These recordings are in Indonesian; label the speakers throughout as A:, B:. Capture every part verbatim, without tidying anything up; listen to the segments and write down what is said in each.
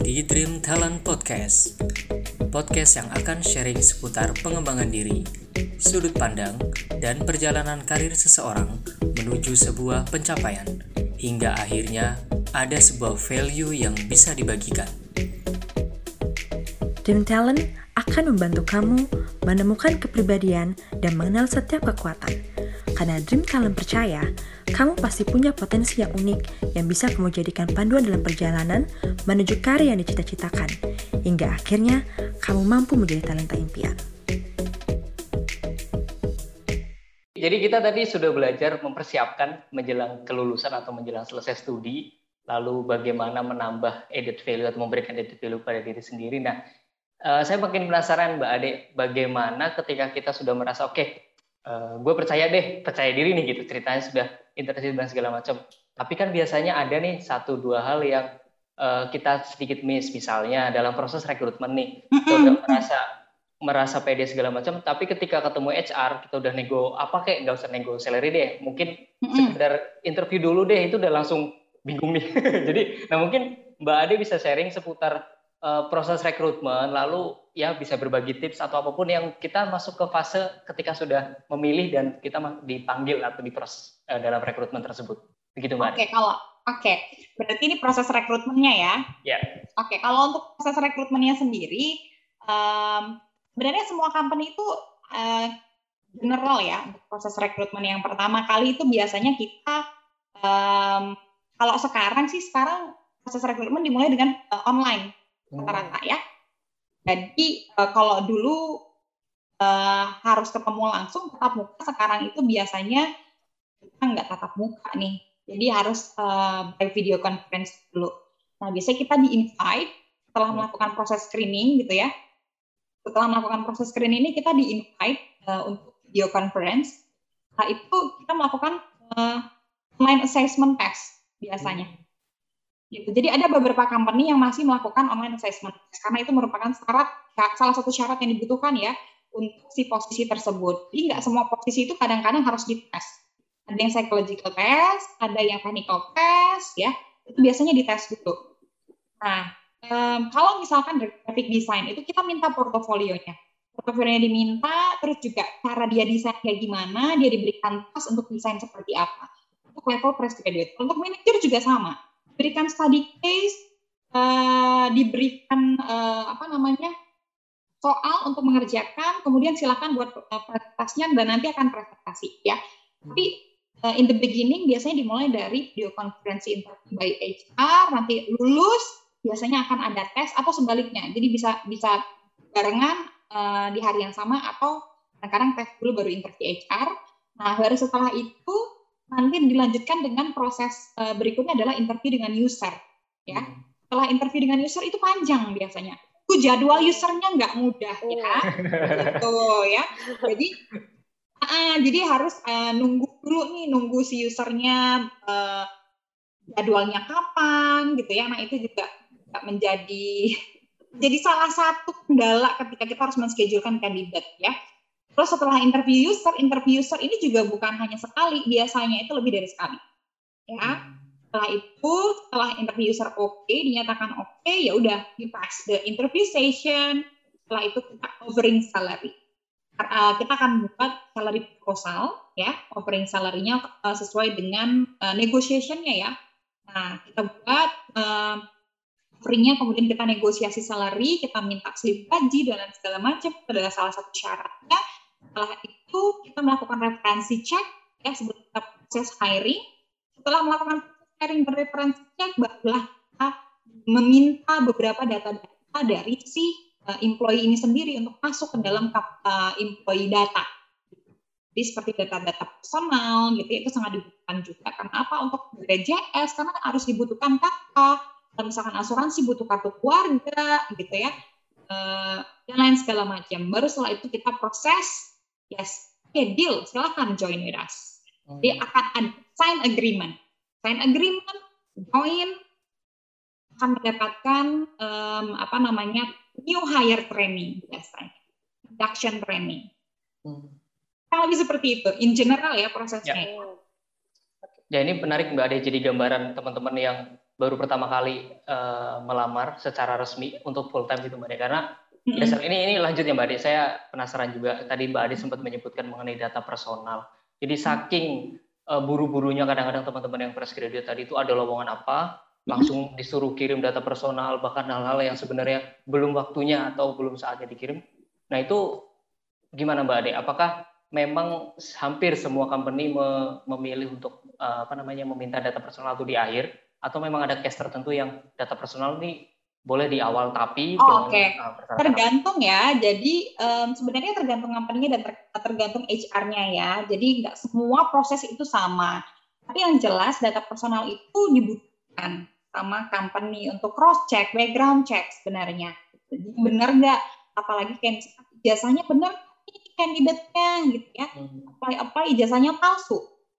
A: di Dream Talent Podcast. Podcast yang akan sharing seputar pengembangan diri, sudut pandang, dan perjalanan karir seseorang menuju sebuah pencapaian, hingga akhirnya ada sebuah value yang bisa dibagikan.
B: Dream Talent akan membantu kamu menemukan kepribadian dan mengenal setiap kekuatan. Karena Dream Talent percaya, kamu pasti punya potensi yang unik yang bisa kamu jadikan panduan dalam perjalanan menuju karir yang dicita-citakan, hingga akhirnya kamu mampu menjadi talenta impian.
C: Jadi kita tadi sudah belajar mempersiapkan menjelang kelulusan atau menjelang selesai studi, lalu bagaimana menambah added value atau memberikan added value pada diri sendiri. Nah, uh, saya makin penasaran Mbak Ade, bagaimana ketika kita sudah merasa oke, okay, Uh, gue percaya deh, percaya diri nih gitu, ceritanya sudah internship dan segala macam. Tapi kan biasanya ada nih satu dua hal yang uh, kita sedikit miss, misalnya dalam proses rekrutmen nih, kita udah merasa merasa pede segala macam, tapi ketika ketemu H R kita udah nego apa kayak nggak usah nego salary deh, mungkin sekedar interview dulu deh, itu udah langsung bingung nih. Jadi, nah mungkin Mbak Ade bisa sharing seputar uh, proses rekrutmen, lalu ya bisa berbagi tips atau apapun yang kita masuk ke fase ketika sudah memilih dan kita dipanggil atau diproses uh, dalam rekrutmen tersebut. Begitu Mbak.
D: Oke, okay, kalau oke, okay. Berarti ini proses rekrutmennya ya?
C: Ya. Yeah.
D: Oke, okay, kalau untuk proses rekrutmennya sendiri, um, sebenarnya semua company itu uh, general ya untuk proses rekrutmen. Yang pertama kali itu biasanya kita, um, kalau sekarang sih sekarang proses rekrutmen dimulai dengan uh, online rata-rata ya. Jadi uh, kalau dulu uh, harus ketemu langsung tatap muka, sekarang itu biasanya kita nggak tatap muka nih. Jadi harus uh, by video conference dulu. Nah biasanya kita di-invite setelah melakukan proses screening gitu ya. Setelah melakukan proses screening ini kita di-invite uh, untuk video conference. Nah itu kita melakukan uh, online assessment test biasanya. Gitu. Jadi ada beberapa company yang masih melakukan online assessment karena itu merupakan syarat, salah satu syarat yang dibutuhkan ya untuk si posisi tersebut. Jadi nggak semua posisi itu kadang-kadang harus dites. Ada yang psychological test, ada yang technical test, ya itu biasanya dites dulu. Nah um, kalau misalkan graphic design itu kita minta portofolionya, portofolionya diminta, terus juga cara dia desain kayak gimana, dia diberikan task untuk desain seperti apa. Untuk level fresh graduate, untuk manager juga sama. Diberikan study case, uh, diberikan uh, apa namanya soal untuk mengerjakan, kemudian silakan buat uh, presentasinya dan nanti akan presentasi ya. Tapi uh, in the beginning biasanya dimulai dari video conference interview by H R, nanti lulus biasanya akan ada tes atau sebaliknya. Jadi bisa bisa barengan uh, di hari yang sama atau kadang-kadang tes dulu baru interview H R. Nah baru setelah itu nanti dilanjutkan dengan proses uh, berikutnya adalah interview dengan user, ya. Setelah interview dengan user itu panjang biasanya. Itu jadwal usernya nggak mudah, oh. ya. Gitu, ya. Jadi, uh, jadi harus uh, nunggu dulu nih, nunggu si usernya uh, jadwalnya kapan, gitu ya. Nah itu juga menjadi jadi salah satu kendala ketika kita harus menschedulekan kandidat, ya. Terus setelah interview user, interview user ini juga bukan hanya sekali, biasanya itu lebih dari sekali. Ya, setelah itu, setelah interview user oke, okay, dinyatakan oke, okay, ya udah di pass the interview session. Setelah itu kita offering salary. Uh, kita akan buat salary proposal, ya, offering salary-nya uh, sesuai dengan uh, negotiation-nya ya. Nah, kita buat uh, offeringnya, kemudian kita negosiasi salary, kita minta slip gaji dan segala macam, itu adalah salah satu syaratnya. Setelah itu kita melakukan referensi check ya sebelum kita proses hiring. Setelah melakukan hiring dan referensi check, barulah kita meminta beberapa data-data dari si uh, employee ini sendiri untuk masuk ke dalam uh, employee data. Jadi seperti data-data personal gitu, itu sangat dibutuhkan juga. Karena apa? Untuk B P J S karena harus dibutuhkan K K. Kalau misalkan asuransi butuh kartu keluarga gitu ya, uh, dan lain segala macam. Baru setelah itu kita proses. Yes, oke, okay, deal, silahkan join with us. Hmm. Dia akan ada sign agreement. Sign agreement, join, akan mendapatkan um, apa namanya new hire training biasanya, induction training. Hmm. Kalau lebih seperti itu, in general ya prosesnya.
C: Ya. Ya ini menarik Mbak Ade, jadi gambaran teman-teman yang baru pertama kali uh, melamar secara resmi untuk full time gitu Mbak Ade. Karena
D: Mm-hmm.
C: ya, ini ini lanjut ya Mbak Ade. Saya penasaran juga tadi Mbak Ade sempat menyebutkan mengenai data personal. Jadi saking uh, buru-burunya kadang-kadang teman-teman yang fresh graduate tadi itu ada lowongan apa, langsung disuruh kirim data personal, bahkan hal-hal yang sebenarnya belum waktunya atau belum saatnya dikirim. Nah itu gimana Mbak Ade? Apakah memang hampir semua company me- memilih untuk uh, apa namanya meminta data personal itu di akhir, atau memang ada case tertentu yang data personal ini boleh di awal tapi
D: oh,
C: dengan
D: okay.
C: uh,
D: tergantung ya. Jadi um, sebenarnya tergantung company-nya dan ter- tergantung H R-nya ya. Jadi nggak semua proses itu sama. Tapi yang jelas data personal itu dibutuhkan sama company untuk cross check, background check sebenarnya. Jadi benar nggak? Apalagi kayak ijazahnya benar ini kandidatnya gitu ya. Apply apply ijazahnya palsu.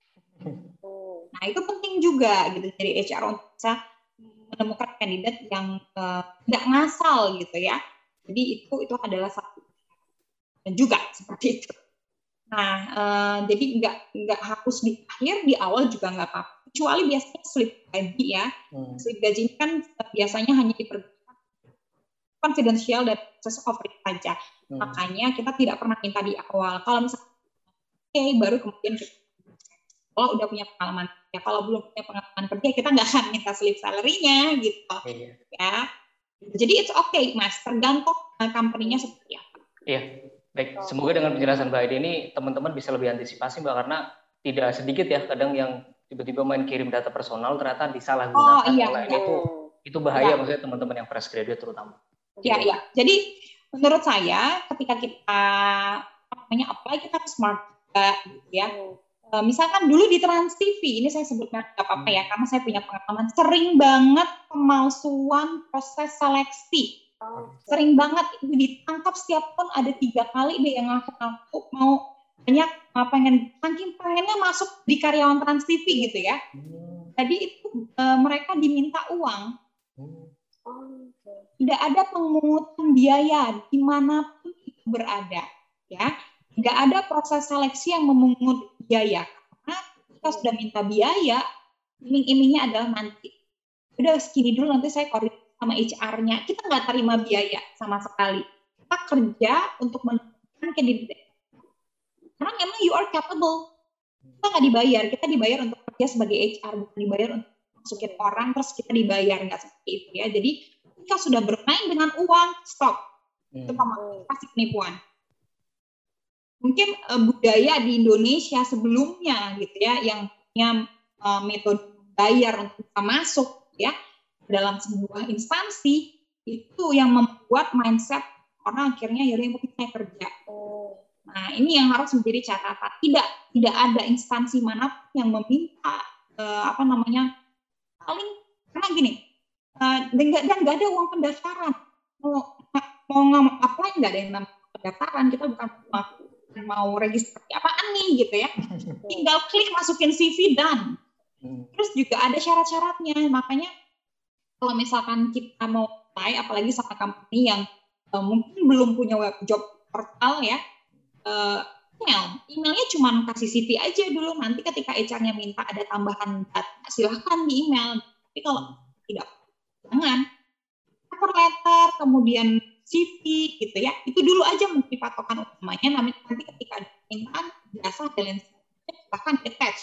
D: Nah itu penting juga gitu dari H R untuk bisa menemukan kandidat yang tidak uh, ngasal gitu ya. Jadi itu itu adalah satu dan juga seperti itu. Nah uh, jadi nggak nggak harus di akhir, di awal juga nggak apa-apa. Kecuali biasanya slip gaji ya. Hmm. Slip gaji kan biasanya hanya dipergunakan confidential dan proses offering saja. Hmm. Makanya kita tidak pernah minta di awal. Kalau misalnya oke okay, baru kemudian kita kalau udah punya pengalaman ya, kalau belum punya pengalaman kerja kita nggak akan minta slip salary-nya gitu iya. Ya. Jadi it's okay Mas, tergantung company-nya seperti apa.
C: Iya, baik. Semoga dengan penjelasan Mbak Ade ini teman-teman bisa lebih antisipasi Mbak, karena tidak sedikit ya kadang yang tiba-tiba main kirim data personal ternyata disalahgunakan oh, iya, oleh iya. itu itu bahaya ya. Maksudnya teman-teman yang fresh graduate terutama.
D: Iya, iya. Jadi menurut saya ketika kita namanya apply kita harus smart juga gitu ya. Misalkan dulu di Trans T V, ini saya sebut nggak apa-apa ya, karena saya punya pengalaman sering banget pemalsuan proses seleksi, oh. sering banget itu ditangkap setiap tahun ada tiga kali deh yang ngaku-ngaku mau banyak pengen saking pengennya masuk di karyawan Trans T V gitu ya, jadi itu e, mereka diminta uang, tidak ada pemungutan biaya dimanapun itu berada, ya. Tidak ada proses seleksi yang memungut biaya. Karena kita sudah minta biaya, iming-imingnya adalah nanti. Udah segini dulu, nanti saya koordinasi sama H R-nya. Kita nggak terima biaya sama sekali. Kita kerja untuk menemukan kandidat. Karena memang you are capable. Kita nggak dibayar. Kita dibayar untuk kerja sebagai H R, bukan dibayar untuk masukin orang, terus kita dibayar. Nggak seperti itu ya. Jadi, kita sudah bermain dengan uang, stop. Hmm. Itu pasti penipuan. Mungkin uh, budaya di Indonesia sebelumnya gitu ya yang punya uh, metode bayar untuk bisa masuk ya dalam sebuah instansi itu yang membuat mindset orang akhirnya ya yang penting saya kerja. Oh. Nah ini yang harus menjadi catatan. Tidak tidak ada instansi manapun yang meminta uh, apa namanya paling karena gini uh, dan nggak ada uang pendaftaran mau mau nggak apply nggak ada yang namanya pendaftaran kita bukan mau registrasi apaan nih gitu ya, tinggal klik masukin C V dan terus juga ada syarat-syaratnya. Makanya kalau misalkan kita mau apply apalagi sama company yang uh, mungkin belum punya web job portal ya, uh, email emailnya cuma kasih C V aja dulu, nanti ketika H R-nya minta ada tambahan data silahkan di email. Tapi kalau tidak jangan cover letter kemudian C V gitu ya, itu dulu aja menjadi patokan utamanya. Nanti ketika ada permintaan biasa dan lain sebagainya bahkan attach.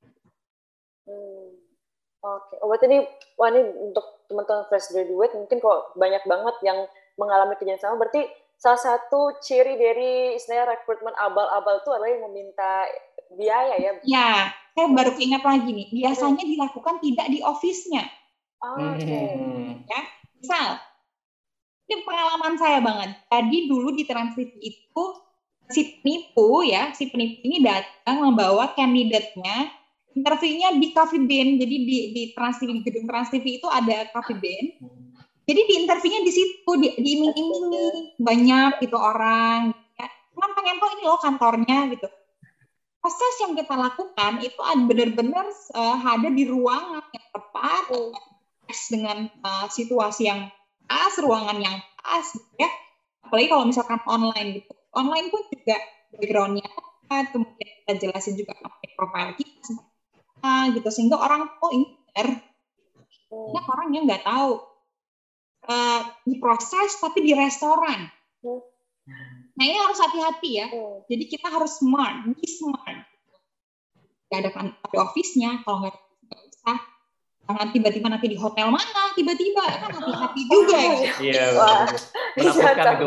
E: Hmm. Oke, okay. Oh, berarti ini, wah ini untuk teman-teman fresh graduate mungkin kok banyak banget yang mengalami kejadian sama. Berarti salah satu ciri dari istilahnya rekrutmen abal-abal itu adalah yang meminta biaya ya?
D: Ya, saya baru keingat lagi nih. Biasanya hmm. dilakukan tidak di office-nya.
E: Oh, Oke. Okay.
D: Ya, misal. Ini pengalaman saya banget. Jadi dulu di Trans T V itu si penipu ya, si penipu ini datang membawa kandidatnya, interviewnya di Coffee Bean. Jadi di, di Trans T V, di gedung Trans T V itu ada Coffee Bean. Jadi di interviewnya di situ, di, diiming-imingi banyak gitu orang. Ya, cuman pengen tahu ini loh kantornya gitu. Proses yang kita lakukan itu benar-benar uh, ada di ruangan yang tepat, dengan uh, situasi yang pas, ruangan yang pas, ya. Apalagi kalau misalkan online gitu. Online pun juga background-nya apa, kemudian kita jelasin juga apa profil kita, gitu. Sehingga orang, oh ini benar. Banyak orang yang nggak tahu uh, diproses tapi di restoran. Hmm. Nah ini harus hati-hati ya. Hmm. Jadi kita harus smart, be smart. Gak ada kan ada office-nya, kalau nggak usah. Jangan tiba-tiba nanti di hotel mana, tiba-tiba kan hati-hati juga ya.
C: Iya, menakutkan itu.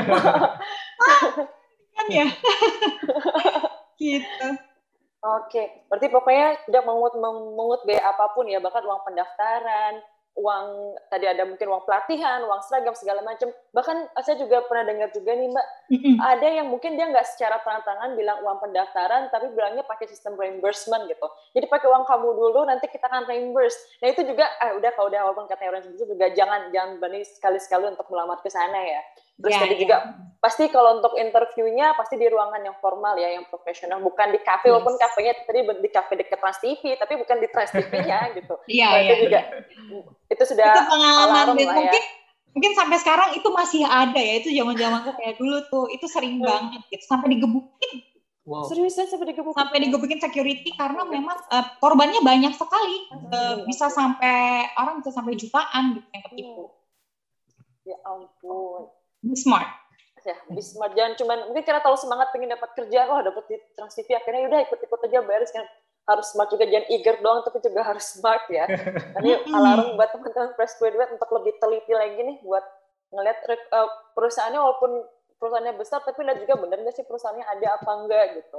D: Kan ya. Gitu.
E: Oke, berarti pokoknya tidak mengut mengut biaya apapun ya, bahkan uang pendaftaran, uang tadi ada mungkin uang pelatihan, uang seragam segala macam. Bahkan saya juga pernah dengar juga nih Mbak, mm-hmm. ada yang mungkin dia nggak secara terang-terangan bilang uang pendaftaran, tapi bilangnya pakai sistem reimbursement gitu. Jadi pakai uang kamu dulu, nanti kita akan reimburse. Nah itu juga, ah udah kalau udah walaupun katanya orang itu juga jangan jangan berani sekali-sekali untuk melamar ke sana ya. Terus yeah, tadi yeah. juga pasti kalau untuk interviewnya pasti di ruangan yang formal ya, yang profesional, bukan di kafe, yes. walaupun kafenya tadi di kafe dekat Trans T V, tapi bukan di Trans T V-nya gitu.
D: Iya,
E: yeah,
D: iya.
E: Itu juga itu sudah
D: itu pengalaman
E: alarm lah ya.
D: Mungkin mungkin sampai sekarang itu masih ada ya, itu zaman-zaman kayak dulu tuh, itu sering hmm. banget gitu, sampai digebukin.
E: Wow. Seriusan sampai digebukin?
D: Sampai digebukin security karena memang uh, korbannya banyak sekali, uh, bisa sampai orang bisa sampai jutaan gitu yang ketipu.
E: Ya ampun.
D: Be smart.
E: Ya, be smart. Jangan cuman mungkin karena terlalu semangat pengen dapat kerjaan, wah dapat di Trans T V akhirnya udah ikut-ikut aja beres kan. Harus smart juga, jangan eager doang tapi juga harus smart ya. Ini alarm buat teman-teman fresh graduate untuk lebih teliti lagi nih buat ngelihat uh, perusahaannya, walaupun perusahaannya besar tapi lihat juga benar nggak sih perusahaannya ada apa enggak gitu.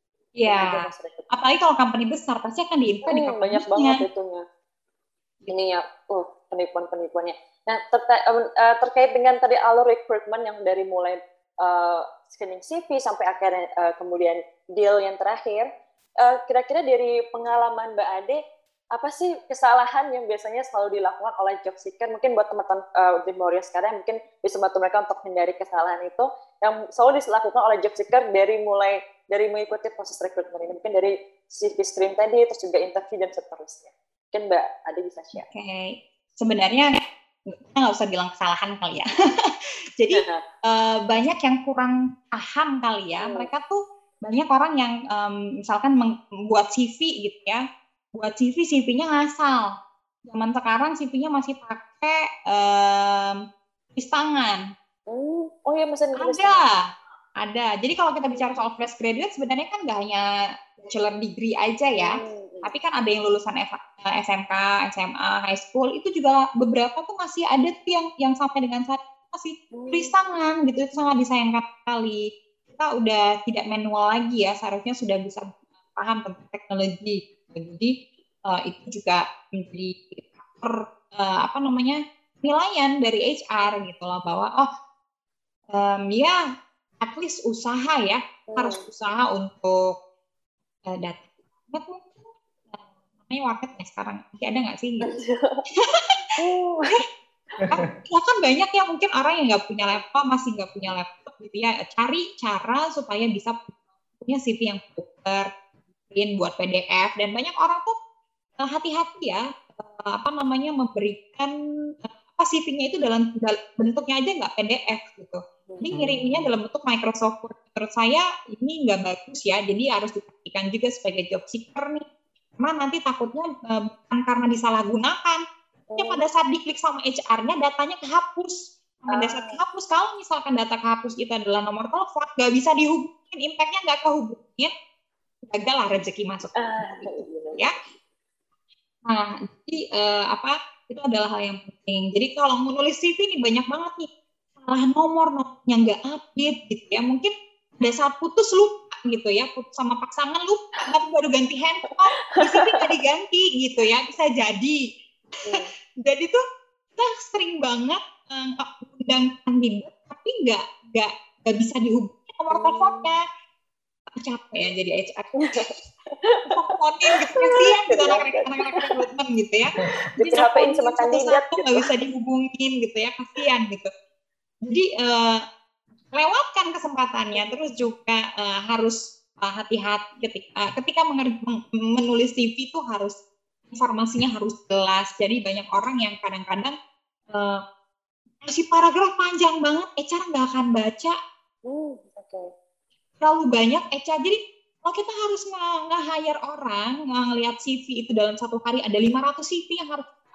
D: Iya. Apalagi kalau company besar pasti akan diinfo hmm, di company
E: banyak banget itunya. Ini ya, uh, penipuan-penipuannya. Nah, terkait, uh, terkait dengan tadi alur recruitment yang dari mulai uh, screening C V sampai akhirnya uh, kemudian deal yang terakhir, uh, kira-kira dari pengalaman Mbak Ade, apa sih kesalahan yang biasanya selalu dilakukan oleh job seeker? Mungkin buat teman-teman uh, Dream Warriors sekarang mungkin bisa bantu mereka untuk menghindari kesalahan itu yang selalu dilakukan oleh job seeker dari mulai dari mengikuti proses rekrutmen ini, mungkin dari C V screen tadi, terus juga interview dan seterusnya. Mungkin Mbak Ade bisa share.
D: Oke, okay. Sebenarnya kita nggak usah bilang kesalahan kali ya. Jadi uh, banyak yang kurang paham kali ya. Hmm. Mereka tuh banyak orang yang um, misalkan membuat C V gitu ya. Buat C V, C V-nya ngasal. Zaman sekarang C V-nya masih pakai um, tulis tangan.
E: Hmm. Oh iya, masih
D: ada. Tangan. Ada. Jadi kalau kita bicara soal fresh graduate, sebenarnya kan nggak hanya bachelor degree aja ya. Hmm. Tapi kan ada yang lulusan S M K, S M A, high school, itu juga beberapa tuh masih ada tuh yang yang sampai dengan saat masih tulis tangan gitu. Itu sangat disayangkan sekali. Kita udah tidak manual lagi ya, seharusnya sudah bisa paham tentang teknologi. Jadi uh, itu juga menjadi per, uh, apa namanya penilaian dari H R gitu loh, bahwa oh um, ya at least usaha ya, hmm. harus usaha untuk uh, data. Namanya warket ya sekarang, masih ada nggak sih? Gitu. Ya kan banyak ya mungkin orang yang nggak punya laptop, masih nggak punya laptop gitu ya, cari cara supaya bisa punya C V yang proper, buat P D F, dan banyak orang tuh hati-hati ya, apa namanya memberikan apa C V-nya itu dalam, dalam bentuknya aja nggak P D F gitu. Jadi ngirimnya dalam bentuk Microsoft Word. Menurut saya ini nggak bagus ya, jadi harus diperhatikan juga sebagai job seeker nih. Karena nanti takutnya uh, bukan karena disalahgunakan, ya pada saat diklik sama H R-nya datanya kehapus. Pada saat kehapus, kalau misalkan data kehapus itu adalah nomor telepon, nggak bisa dihubungin, impact-nya nggak kehubungin, gagal lah rezeki masuk. Ya. Nah, jadi uh, apa? Itu adalah hal yang penting. Jadi kalau menulis C V nih banyak banget nih salah nomor, nomornya nggak update gitu ya. Mungkin ada saat putus lupa gitu ya, putus sama pasangan lupa, tapi baru ganti handphone, di sini nggak diganti gitu ya, bisa jadi. Hmm. Jadi tuh kita sering banget undang uh, kandidat, tapi nggak nggak nggak bisa dihubungi nomor hmm. teleponnya. Capek ya jadi H R. Teleponin gitu, kasihan gitu anak-anak recruitment gitu ya.
E: Jadi H P-in sama kandidat gitu.
D: Nggak bisa dihubungin gitu ya, kasihan gitu. Jadi uh, lewatkan kesempatannya, terus juga uh, harus uh, hati-hati ketika ketika menulis C V itu harus informasinya harus jelas. Jadi banyak orang yang kadang-kadang uh, kasih paragraf panjang banget, H R nggak akan baca.
E: Hmm, oke. Okay.
D: Terlalu banyak H R. Jadi kalau kita harus nge-hire orang, ngelihat C V itu dalam satu hari ada lima ratus C V yang harus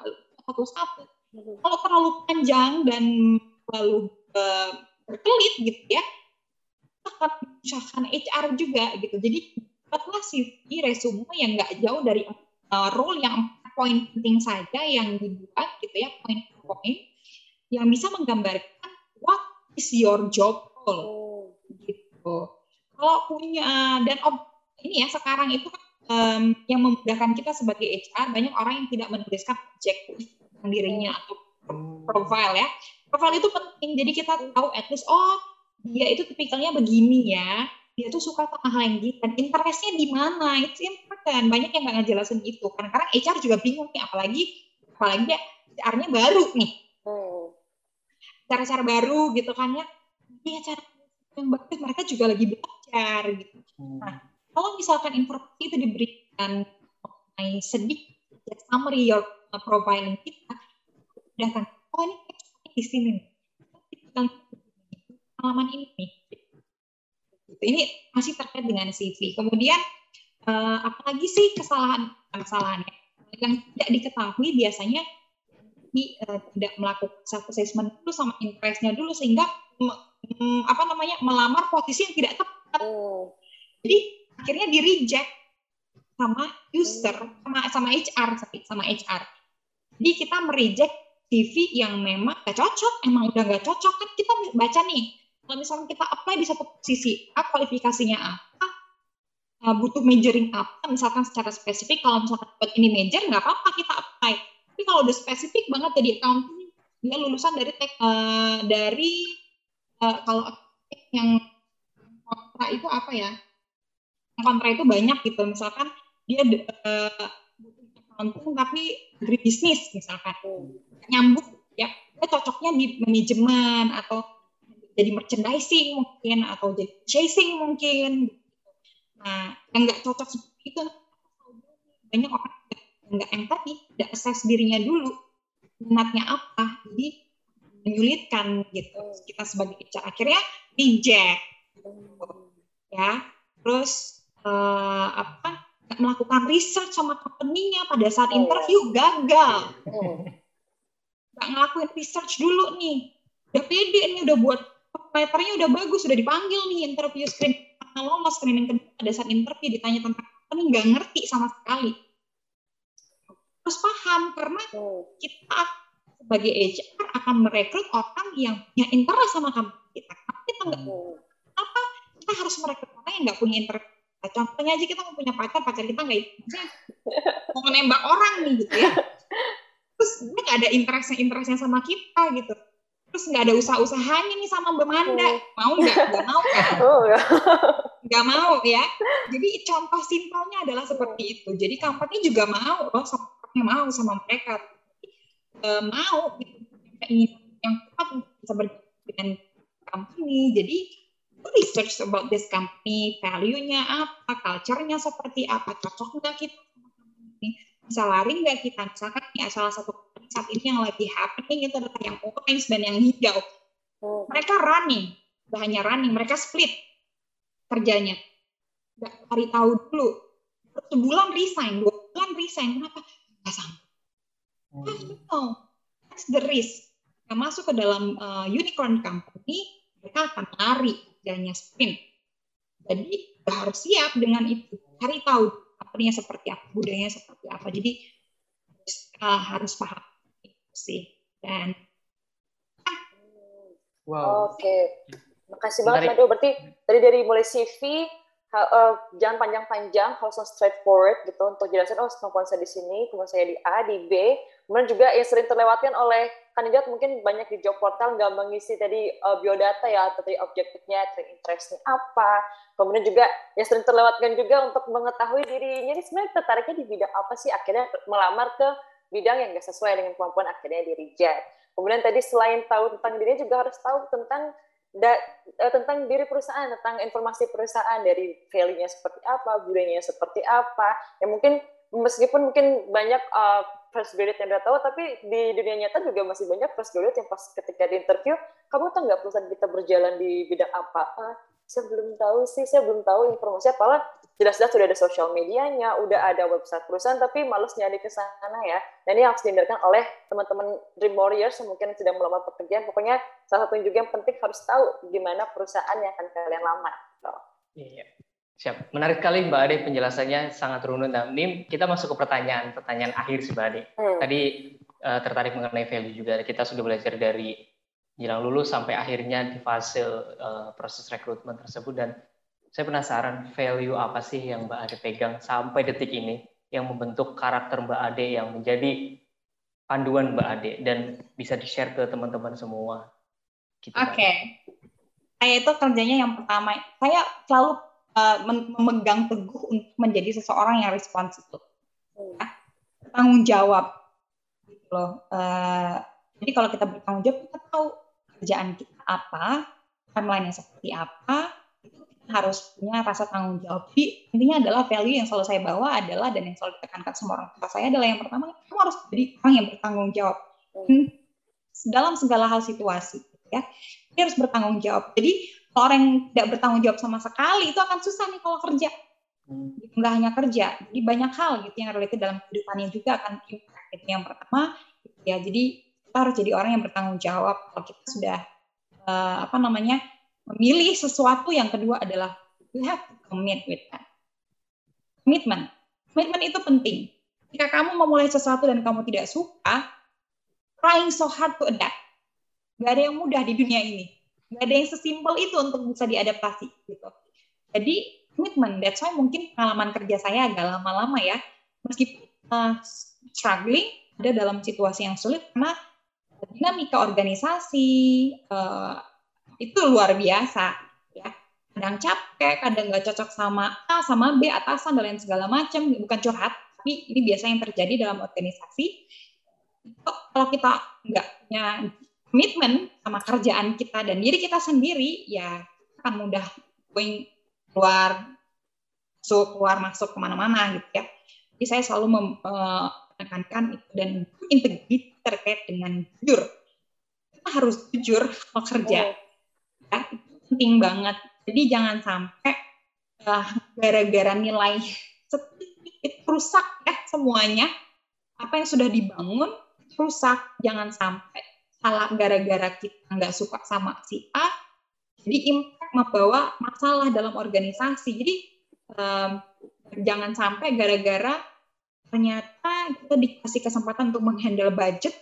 D: satu-satu. Kalau terlalu panjang dan terlalu uh, berkelit gitu ya, akan menyusahkan H R juga gitu. Jadi buatlah C V resume yang nggak jauh dari uh, role yang poin penting saja yang dibuat gitu ya, poin-poin yang bisa menggambarkan what is your job role gitu. Kalau punya dan ob, ini ya sekarang itu um, yang memudahkan kita sebagai H R, banyak orang yang tidak menuliskan objektif dirinya atau profile ya. Profile itu penting, jadi kita tahu at least oh dia itu tipikalnya begini ya, dia tuh suka sama hal yang gitu, dan interestnya di mana, itu important. Banyak yang nggak ngejelasin itu, karena kadang H R juga bingung nih, apalagi apalagi dia H R-nya baru nih, hmm. cara-cara baru gitu kan ya, dia cara yang bagus mereka juga lagi belajar gitu. Nah, kalau misalkan informasi itu diberikan sedikit summary your profiling kita, udah kan, oh ini di sini nih, pengalaman ini nih. Ini masih terkait dengan C V. Kemudian uh, apalagi sih kesalahan kesalahannya yang tidak diketahui biasanya di, uh, tidak melakukan self assessment dulu sama interestnya dulu sehingga um, apa namanya melamar posisi yang tidak tepat. Oh. Jadi akhirnya di reject sama user sama sama H R sama H R. Jadi kita mereject C V yang memang gak cocok, emang udah gak cocok kan kita baca nih. Kalau misalnya kita apply di satu posisi, A, kualifikasinya apa, butuh majoring apa, misalkan secara spesifik, kalau misalkan buat ini major, nggak apa-apa kita apply. Tapi kalau udah spesifik banget jadi accounting, dia lulusan dari tek, uh, dari uh, kalau yang kontra itu apa ya? Yang kontra itu banyak gitu, misalkan dia uh, butuh accounting tapi agribisnis misalkan, nyambung ya, dia cocoknya di manajemen atau jadi merchandising mungkin atau jadi chasing mungkin. Nah, yang nggak cocok seperti itu banyak orang yang nggak yang tadi tidak assess dirinya dulu minatnya apa, jadi menyulitkan gitu kita sebagai H R, akhirnya reject ya. Terus uh, apa melakukan research sama company-nya pada saat interview gagal, nggak ngelakuin research dulu nih, udah pede nih udah buat letternya udah bagus, sudah dipanggil nih interview screen, lolos screening kedua, pada saat interview ditanya tentang company nggak ngerti sama sekali. Terus paham karena kita sebagai H R akan merekrut orang yang punya interest sama company kita. Tapi kita nggak, apa kita harus merekrut orang yang nggak punya interest. Contohnya aja kita mau punya pacar, pacar kita nggak mau menembak orang nih gitu ya. Terus dia nggak ada interestnya interestnya sama kita gitu. Terus nggak ada usaha-usahanya nih sama Mbak Manda, mau nggak? Nggak mau kan? Nggak mau ya. Jadi contoh simpelnya adalah seperti itu. Jadi company juga mau loh, sama mau sama mereka e, mau gitu. Yang tepat bisa berjalan dengan company. Jadi research about this company, value-nya apa, culture-nya seperti apa, cocok nggak kita sama company, bisa lari nggak kita? Misalkan ya salah satu saat ini yang lagi happening itu adalah yang orange dan yang hijau. Hmm. Mereka running, gak hanya running, mereka split kerjanya. Gak cari tahu dulu. Sebulan resign, dua bulan resign. Kenapa? Gak sampai. Hmm. No, that's the risk. Yang masuk ke dalam uh, unicorn company, mereka akan lari kerjanya sprint. Jadi harus siap dengan itu. Cari tahu company-nya seperti apa, budayanya seperti apa. Jadi uh, harus paham sih. Dan
E: wow. Oke, okay. Makasih banget Mado. Berarti tadi dari mulai C V ha, uh, jangan panjang-panjang, harus straightforward gitu untuk jelasin oh kemampuan saya di sini, kemampuan saya di A, di B. Kemudian juga yang sering terlewatkan oleh kandidat mungkin banyak di job portal nggak mengisi tadi uh, biodata ya, atau tadi objektifnya, interestnya apa. Kemudian juga yang sering terlewatkan juga untuk mengetahui dirinya ini sebenarnya tertariknya di bidang apa sih, akhirnya melamar ke bidang yang nggak sesuai dengan kemampuan, akhirnya di reject. Kemudian tadi selain tahu tentang dirinya juga harus tahu tentang da, tentang diri perusahaan, tentang informasi perusahaan, dari value-nya seperti apa, budayanya seperti apa. Ya mungkin meskipun mungkin banyak uh, fresh graduate yang udah tahu, tapi di dunia nyata juga masih banyak fresh graduate yang pas ketika di interview, kamu tahu nggak perusahaan kita berjalan di bidang apa? Ah, saya belum tahu sih, saya belum tahu informasi apalah. jelas-jelas sudah ada sosial medianya, udah ada website perusahaan, tapi males nyari ke sana ya. Dan ini harus dihindarkan oleh teman-teman Dream Warriors yang mungkin sedang melamar pekerjaan. Pokoknya salah satu juga yang penting harus tahu di mana perusahaan yang akan kalian lamar.
C: Iya, siap. Menarik sekali Mbak Ade penjelasannya, sangat runut. Nah, ini kita masuk ke pertanyaan-pertanyaan akhir sih Mbak Ade. Hmm. Tadi uh, tertarik mengenai value juga. Kita sudah belajar dari jelang lulus sampai akhirnya di fase uh, proses rekrutmen tersebut, dan saya penasaran value apa sih yang Mbak Ade pegang sampai detik ini yang membentuk karakter Mbak Ade yang menjadi panduan Mbak Ade dan bisa di-share ke teman-teman semua. Gitu,
D: Oke. Okay. Saya itu kerjanya yang pertama, saya selalu uh, memegang teguh untuk menjadi seseorang yang responsibel. Ya, bertanggung jawab. Gitu loh. Uh, jadi kalau kita bertanggung jawab, kita tahu kerjaan kita apa, timeline-nya seperti apa, harus punya rasa tanggung jawab. Jadi intinya adalah value yang selalu saya bawa adalah, dan yang selalu ditekankan semua orang tua saya adalah yang pertama, kamu harus jadi orang yang bertanggung jawab hmm. dalam segala hal situasi, ya. Dia harus bertanggung jawab. Jadi kalau orang yang tidak bertanggung jawab sama sekali itu akan susah nih kalau kerja. Hmm. Nggak hanya kerja, jadi banyak hal gitu yang related dalam kehidupannya juga akan impact. Itu yang pertama, ya. Jadi kita harus jadi orang yang bertanggung jawab. Kalau kita sudah uh, apa namanya memilih sesuatu, yang kedua adalah you have to commit with that. Komitmen. Komitmen itu penting. Jika kamu memulai sesuatu dan kamu tidak suka, trying so hard to adapt. Gak ada yang mudah di dunia ini. Gak ada yang sesimpel itu untuk bisa diadaptasi. Gitu. Jadi, komitmen. That's why mungkin pengalaman kerja saya agak lama-lama ya. Meskipun uh, struggling, ada dalam situasi yang sulit, karena dinamika organisasi, uh, itu luar biasa, ya. Kadang capek, kadang nggak cocok sama A, sama B, atasan, dan lain segala macam. Bukan curhat, tapi ini biasa yang terjadi dalam organisasi. Kalau kita nggak punya komitmen sama kerjaan kita dan diri kita sendiri, ya akan mudah going keluar, masuk, keluar, masuk kemana-mana, gitu ya. Jadi saya selalu menekankan itu, dan integritas terkait dengan jujur. Kita harus jujur kalau kerja. Ya, itu penting banget. Jadi jangan sampai uh, gara-gara nilai sedikit rusak ya semuanya. Apa yang sudah dibangun rusak. Jangan sampai salah gara-gara kita nggak suka sama si A, jadi impact membawa masalah dalam organisasi. Jadi um, jangan sampai gara-gara ternyata kita dikasih kesempatan untuk menghandle budget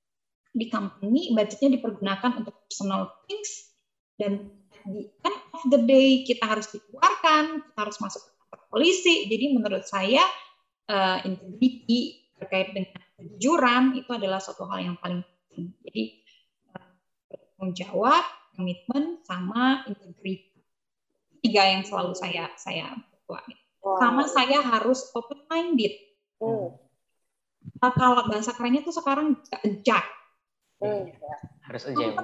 D: di company, budgetnya dipergunakan untuk personal things, dan di end of the day kita harus dikeluarkan, kita harus masuk ke kantor polisi. Jadi menurut saya uh, integrity terkait dengan kejujuran itu adalah suatu hal yang paling penting. Jadi uh, bertanggung jawab, komitmen, sama integrity. Tiga yang selalu saya saya buat. Wow. Sama saya harus open minded. Hmm. Uh, kalau bahasa kerennya tuh sekarang agile.
C: Hmm. Harus agile.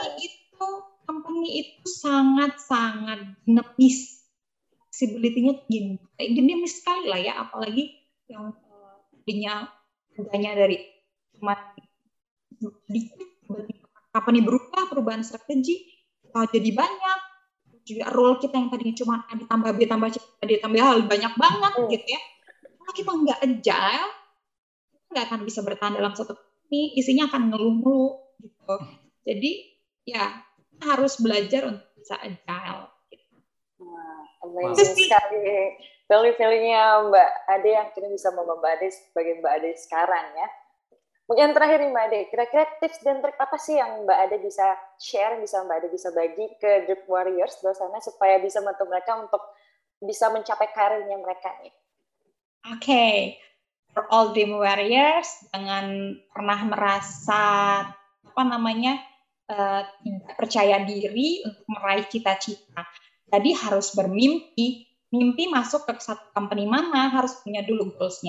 D: Itu company itu sangat-sangat dinamis, flexibility-nya tinggi, dinamis sekali lah ya, apalagi yang tadinya harganya dari cuma sedikit, company berubah, perubahan strategi, jadi banyak, juga role kita yang tadinya cuma ditambah B, tambah C, ditambah hal banyak banget hmm. gitu ya. Kalau kita nggak agile, kita nggak akan bisa bertahan dalam satu company, isinya akan ngeluh-ngeluh gitu. Jadi ya harus belajar untuk bisa agile.
E: Wah, amazing sekali. Value-value-nya Mbak Ade yang kini bisa membawa Mbak Ade sebagai Mbak Ade sekarang ya. Mungkin terakhir nih Mbak Ade, kira-kira tips dan trik apa sih yang Mbak Ade bisa share, bisa Mbak Ade bisa bagi ke Dream Warriors di sana supaya bisa membantu mereka untuk bisa mencapai karirnya mereka nih?
D: Oke, okay. For all Dream Warriors, jangan pernah merasa apa namanya Uh, tidak percaya diri untuk meraih cita-cita. Jadi harus bermimpi. Mimpi masuk ke satu company mana harus punya dulu goals-nya.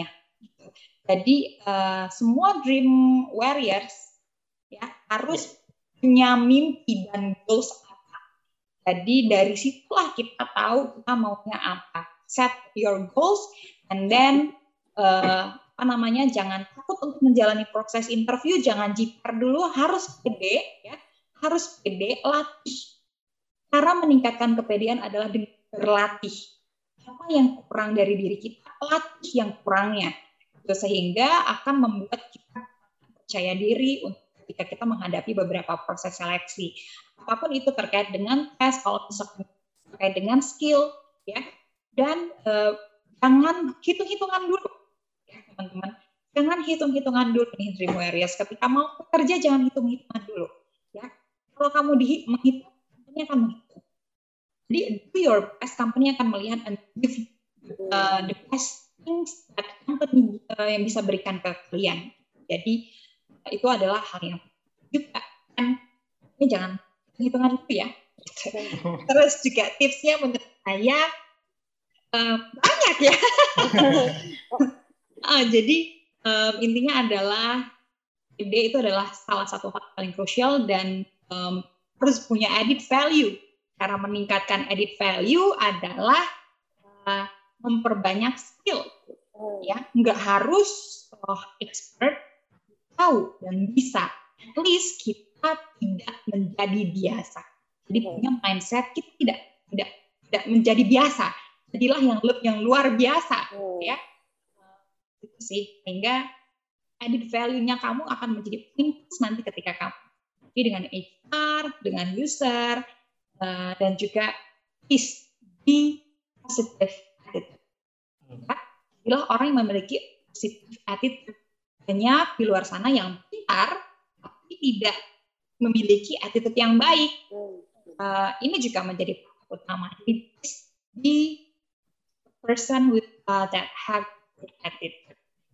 D: Jadi uh, semua Dream Warriors ya harus punya mimpi dan goals apa. Jadi dari situlah kita tahu kita maunya apa. Set your goals and then uh, apa namanya jangan takut untuk menjalani proses interview, jangan jiper dulu, harus pede ya. Harus pede, latih. Cara meningkatkan kepedean adalah dengan berlatih. apa yang kurang dari diri kita, latih yang kurangnya, sehingga akan membuat kita percaya diri untuk ketika kita menghadapi beberapa proses seleksi. Apapun itu terkait dengan tes, kalau misalkan terkait dengan skill, ya, dan eh, jangan hitung-hitungan dulu, ya teman-teman. Jangan hitung-hitungan dulu nih Dream Warriors. Ketika mau bekerja jangan hitung-hitungan dulu, ya. Kalau kamu di menghitung, company akan menghitung. Jadi do your best, company akan melihat and give uh, the best things that company uh, yang bisa berikan ke kalian. Jadi uh, itu adalah hal yang juga kan, ini jangan hitungan dulu ya. Terus juga tipsnya menurut saya uh, banyak ya. uh, jadi um, intinya adalah ide itu adalah salah satu hal paling krusial dan um, harus punya added value. Cara meningkatkan added value adalah uh, memperbanyak skill, ya, nggak harus oh, expert, tahu dan bisa. At least kita tidak menjadi biasa. Jadi punya mindset kita tidak tidak tidak menjadi biasa. Jadilah yang yang luar biasa, ya. Itu sih, sehingga added value-nya kamu akan menjadi plus nanti ketika kamu jadi dengan H R, dengan user. Uh, dan juga is be positive attitude. Jadilah orang yang memiliki positive attitude. Banyak di luar sana yang pintar tapi tidak memiliki attitude yang baik. Uh, ini juga menjadi utama. Jadi be person with uh, that have good attitude.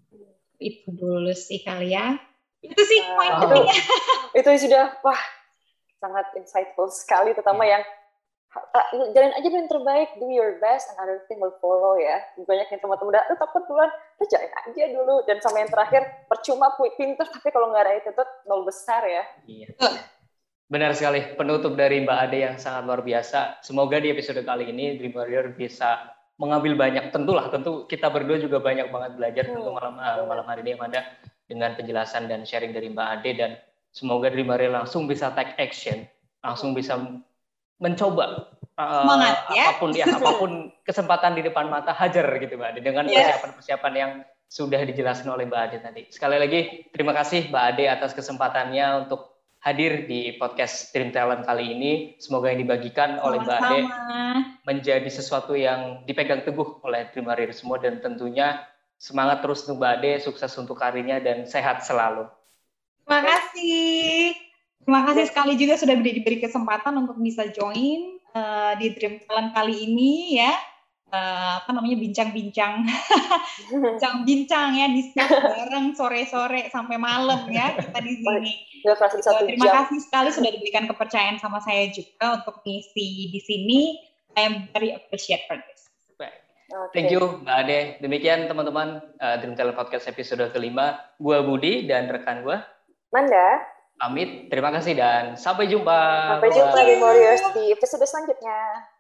D: Itu dulu sih kali ya. Itu sih uh, poin pentingnya.
E: Itu sudah wah. Sangat insightful sekali, terutama yang jalan aja yang terbaik, do your best, and other thing will follow ya. Banyak yang teman-teman udah, takut duluan, jalan aja dulu. Dan sama yang terakhir, percuma pinter, tapi kalau nggak ada itu tuh nol besar ya.
C: Iya. Benar sekali, penutup dari Mbak Ade yang sangat luar biasa. Semoga di episode kali ini Dream Warrior bisa mengambil banyak, tentulah, tentu kita berdua juga banyak banget belajar hmm. tentu malam, malam hari ini yang ada dengan penjelasan dan sharing dari Mbak Ade, dan semoga Dream Warrior langsung bisa take action, langsung bisa mencoba uh, Semangat, ya? apapun ya apapun kesempatan di depan mata, hajar gitu Mbak Ade dengan yeah. persiapan-persiapan yang sudah dijelaskan oleh Mbak Ade tadi. Sekali lagi terima kasih Mbak Ade atas kesempatannya untuk hadir di podcast Dream Talent kali ini. Semoga yang dibagikan Sama-sama. oleh Mbak Ade menjadi sesuatu yang dipegang teguh oleh Dream Warrior semua, dan tentunya semangat terus untuk Mbak Ade, sukses untuk karirnya dan sehat selalu.
D: Terima kasih. Terima kasih sekali juga sudah diberi kesempatan untuk bisa join uh, di Dream Talent kali ini ya. Uh, apa namanya bincang-bincang, bincang-bincang ya di bareng sore-sore sampai malam ya kita di sini. Uh, terima jam. kasih sekali sudah diberikan kepercayaan sama saya juga untuk ngisi di sini. I am very appreciate for this.
C: Okay. Thank you Mbak Ade. Demikian teman-teman uh, Dream Talent Podcast episode kelima. Gua Budi dan rekan gua
E: Manda.
C: Pamit, terima kasih dan sampai jumpa.
E: Sampai jumpa di Warriors di episode selanjutnya.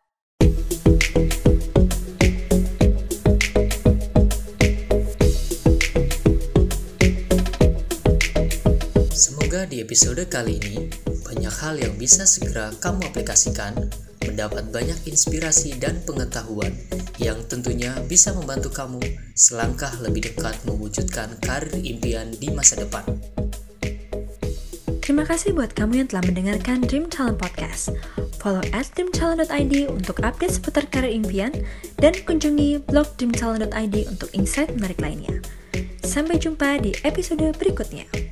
A: Semoga di episode kali ini banyak hal yang bisa segera kamu aplikasikan, mendapat banyak inspirasi dan pengetahuan yang tentunya bisa membantu kamu selangkah lebih dekat mewujudkan karir impian di masa depan.
B: Terima kasih buat kamu yang telah mendengarkan Dream Talent Podcast. Follow at dream talent dot i d untuk update seputar karir impian dan kunjungi blog dream talent dot i d untuk insight menarik lainnya. Sampai jumpa di episode berikutnya.